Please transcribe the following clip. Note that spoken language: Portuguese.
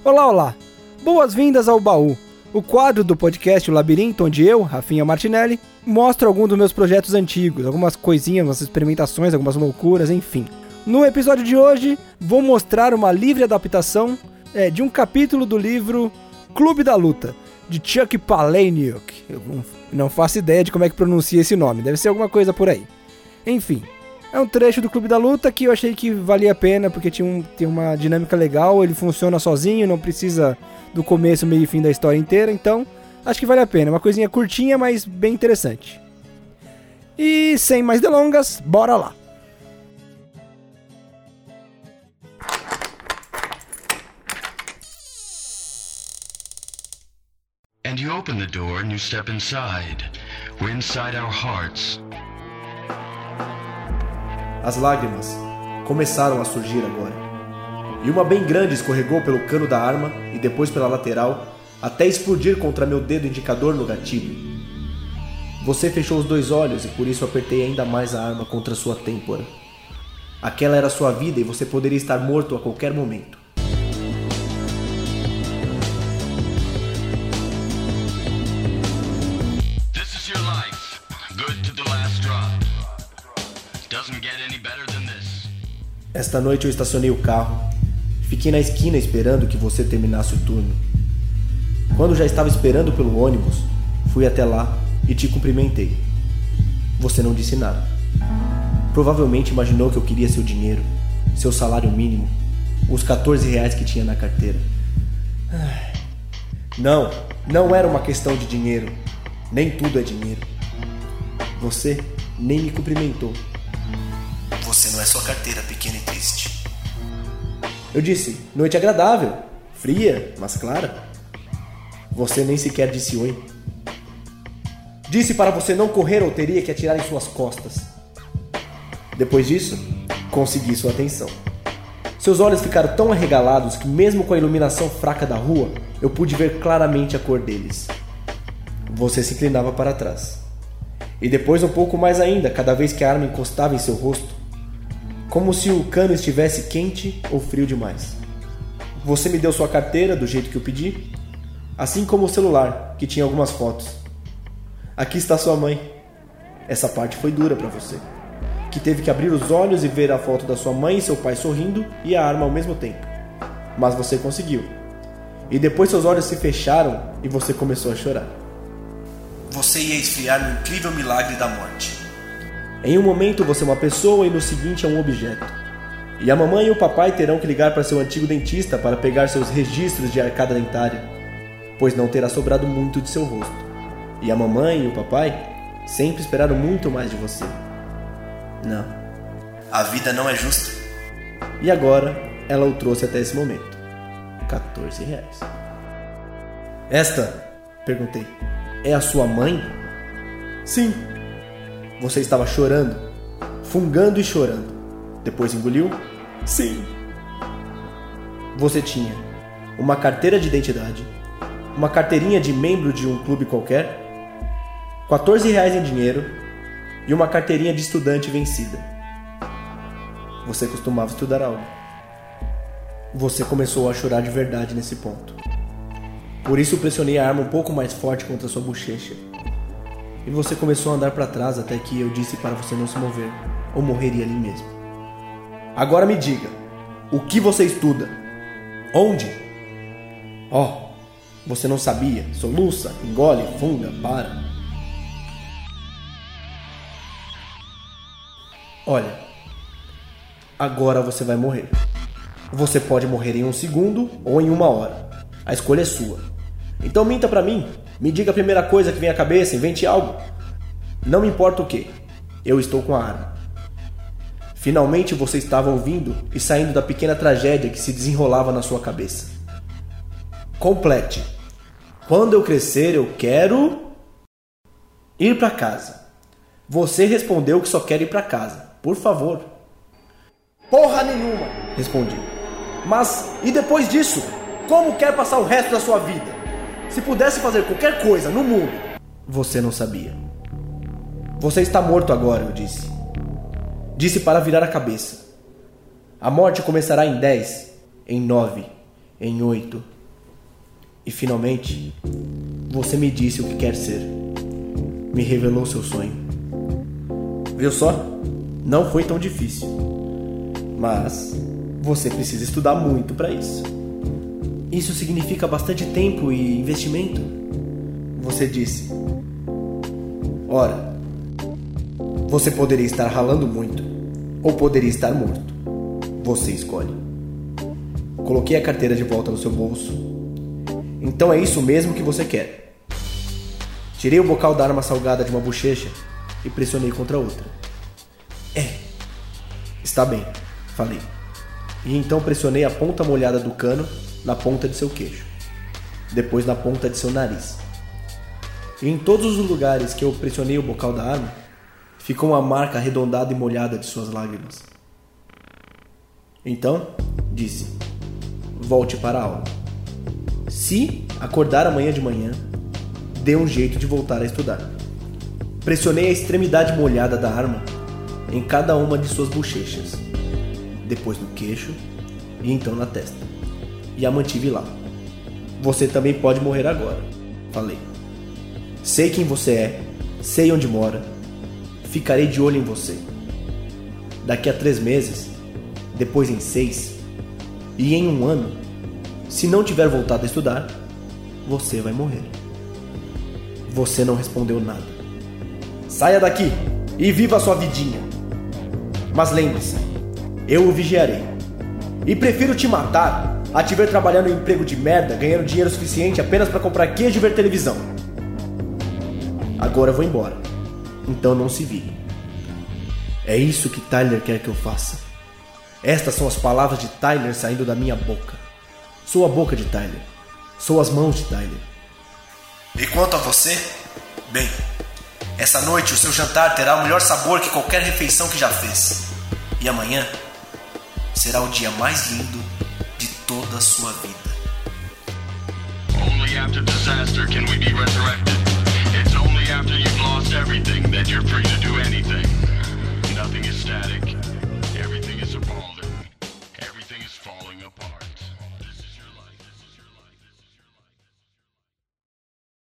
Olá, olá! Boas-vindas ao Baú, o quadro do podcast O Labirinto, onde eu, Rafinha Martinelli, mostro alguns dos meus projetos antigos, algumas coisinhas, algumas experimentações, algumas loucuras, enfim. No episódio de hoje, vou mostrar uma livre adaptação de um capítulo do livro Clube da Luta, de Chuck Palahniuk. Eu não faço ideia de como é que pronuncia esse nome, deve ser alguma coisa por aí. Enfim, é um trecho do Clube da Luta que eu achei que valia a pena, porque tem uma dinâmica legal, ele funciona sozinho, não precisa do começo, meio e fim da história inteira, então acho que vale a pena. Uma coisinha curtinha, mas bem interessante. E sem mais delongas, bora lá! And you open the door and you step inside. We're inside our hearts. As lágrimas começaram a surgir agora. E uma bem grande escorregou pelo cano da arma e depois pela lateral, até explodir contra meu dedo indicador no gatilho. Você fechou os dois olhos e por isso apertei ainda mais a arma contra sua têmpora. Aquela era sua vida e você poderia estar morto a qualquer momento. Esta noite eu estacionei o carro. Fiquei na esquina esperando que você terminasse o turno. Quando já estava esperando pelo ônibus, fui até lá e te cumprimentei. Você não disse nada. Provavelmente imaginou que eu queria seu dinheiro, seu salário mínimo, os R$14 que tinha na carteira. Não era uma questão de dinheiro. Nem tudo é dinheiro. Você nem me cumprimentou. Você não é sua carteira, pequena e triste. Eu disse, noite agradável, fria, mas clara. Você nem sequer disse oi. Disse para você não correr ou teria que atirar em suas costas. Depois disso, consegui sua atenção. Seus olhos ficaram tão arregalados que mesmo com a iluminação fraca da rua, eu pude ver claramente a cor deles. Você se inclinava para trás. E depois um pouco mais ainda, cada vez que a arma encostava em seu rosto, como se o cano estivesse quente ou frio demais. Você me deu sua carteira do jeito que eu pedi, assim como o celular, que tinha algumas fotos. Aqui está sua mãe. Essa parte foi dura para você, que teve que abrir os olhos e ver a foto da sua mãe e seu pai sorrindo e a arma ao mesmo tempo. Mas você conseguiu. E depois seus olhos se fecharam e você começou a chorar. Você ia esfriar no incrível milagre da morte. Em um momento você é uma pessoa e no seguinte é um objeto. E a mamãe e o papai terão que ligar para seu antigo dentista para pegar seus registros de arcada dentária, pois não terá sobrado muito de seu rosto. E a mamãe e o papai sempre esperaram muito mais de você. Não. A vida não é justa. E agora ela o trouxe até esse momento. R$14. Esta? Perguntei. É a sua mãe? Sim. Você estava chorando, fungando e chorando. Depois engoliu? Sim. Você tinha uma carteira de identidade, uma carteirinha de membro de um clube qualquer, R$14 em dinheiro e uma carteirinha de estudante vencida. Você costumava estudar algo. Você começou a chorar de verdade nesse ponto. Por isso pressionei a arma um pouco mais forte contra sua bochecha. E você começou a andar para trás até que eu disse para você não se mover, ou morreria ali mesmo. Agora me diga, o que você estuda? Onde? Você não sabia, soluça, engole, funga, para. Olha, agora você vai morrer. Você pode morrer em 1 segundo ou em 1 hora. A escolha é sua. Então minta pra mim. Me diga a primeira coisa que vem à cabeça, invente algo. Não me importa o que. Eu estou com a arma. Finalmente você estava ouvindo e saindo da pequena tragédia que se desenrolava na sua cabeça. Complete. Quando eu crescer, eu quero ir pra casa. Você respondeu que só quer ir pra casa. Por favor. Porra nenhuma, respondi. Mas e depois disso? Como quer passar o resto da sua vida? Se pudesse fazer qualquer coisa no mundo. Você não sabia. Você está morto agora, eu disse. Disse para virar a cabeça. A morte começará em 10, em 9, em 8, E finalmente, você me disse o que quer ser. Me revelou seu sonho. Viu só? Não foi tão difícil. Mas você precisa estudar muito para isso. Isso significa bastante tempo e investimento. Você disse. Ora, você poderia estar ralando muito ou poderia estar morto. Você escolhe. Coloquei a carteira de volta no seu bolso. Então é isso mesmo que você quer. Tirei o bocal da arma salgada de uma bochecha e pressionei contra outra. Está bem, falei. E então pressionei a ponta molhada do cano na ponta de seu queixo. Depois na ponta de seu nariz. E em todos os lugares que eu pressionei o bocal da arma, ficou uma marca arredondada e molhada de suas lágrimas. Então, disse, volte para a aula. Se acordar amanhã de manhã, dê um jeito de voltar a estudar. Pressionei a extremidade molhada da arma em cada uma de suas bochechas, depois no queixo e então na testa, e a mantive lá. Você também pode morrer agora, falei. Sei quem você é, sei onde mora, ficarei de olho em você. Daqui a 3 meses, depois em 6 e em 1 ano, se não tiver voltado a estudar, você vai morrer. Você não respondeu nada. Saia daqui e viva a sua vidinha. Mas lembre-se, eu o vigiarei. E prefiro te matar a te ver trabalhando em um emprego de merda, ganhando dinheiro suficiente apenas para comprar queijo e ver televisão. Agora eu vou embora. Então não se vire. É isso que Tyler quer que eu faça. Estas são as palavras de Tyler saindo da minha boca. Sou a boca de Tyler. Sou as mãos de Tyler. E quanto a você? Bem, essa noite o seu jantar terá o melhor sabor que qualquer refeição que já fez. E amanhã será o dia mais lindo de toda a sua vida. Only after disaster can we be resurrected. It's only after you've lost everything that you're free to do anything.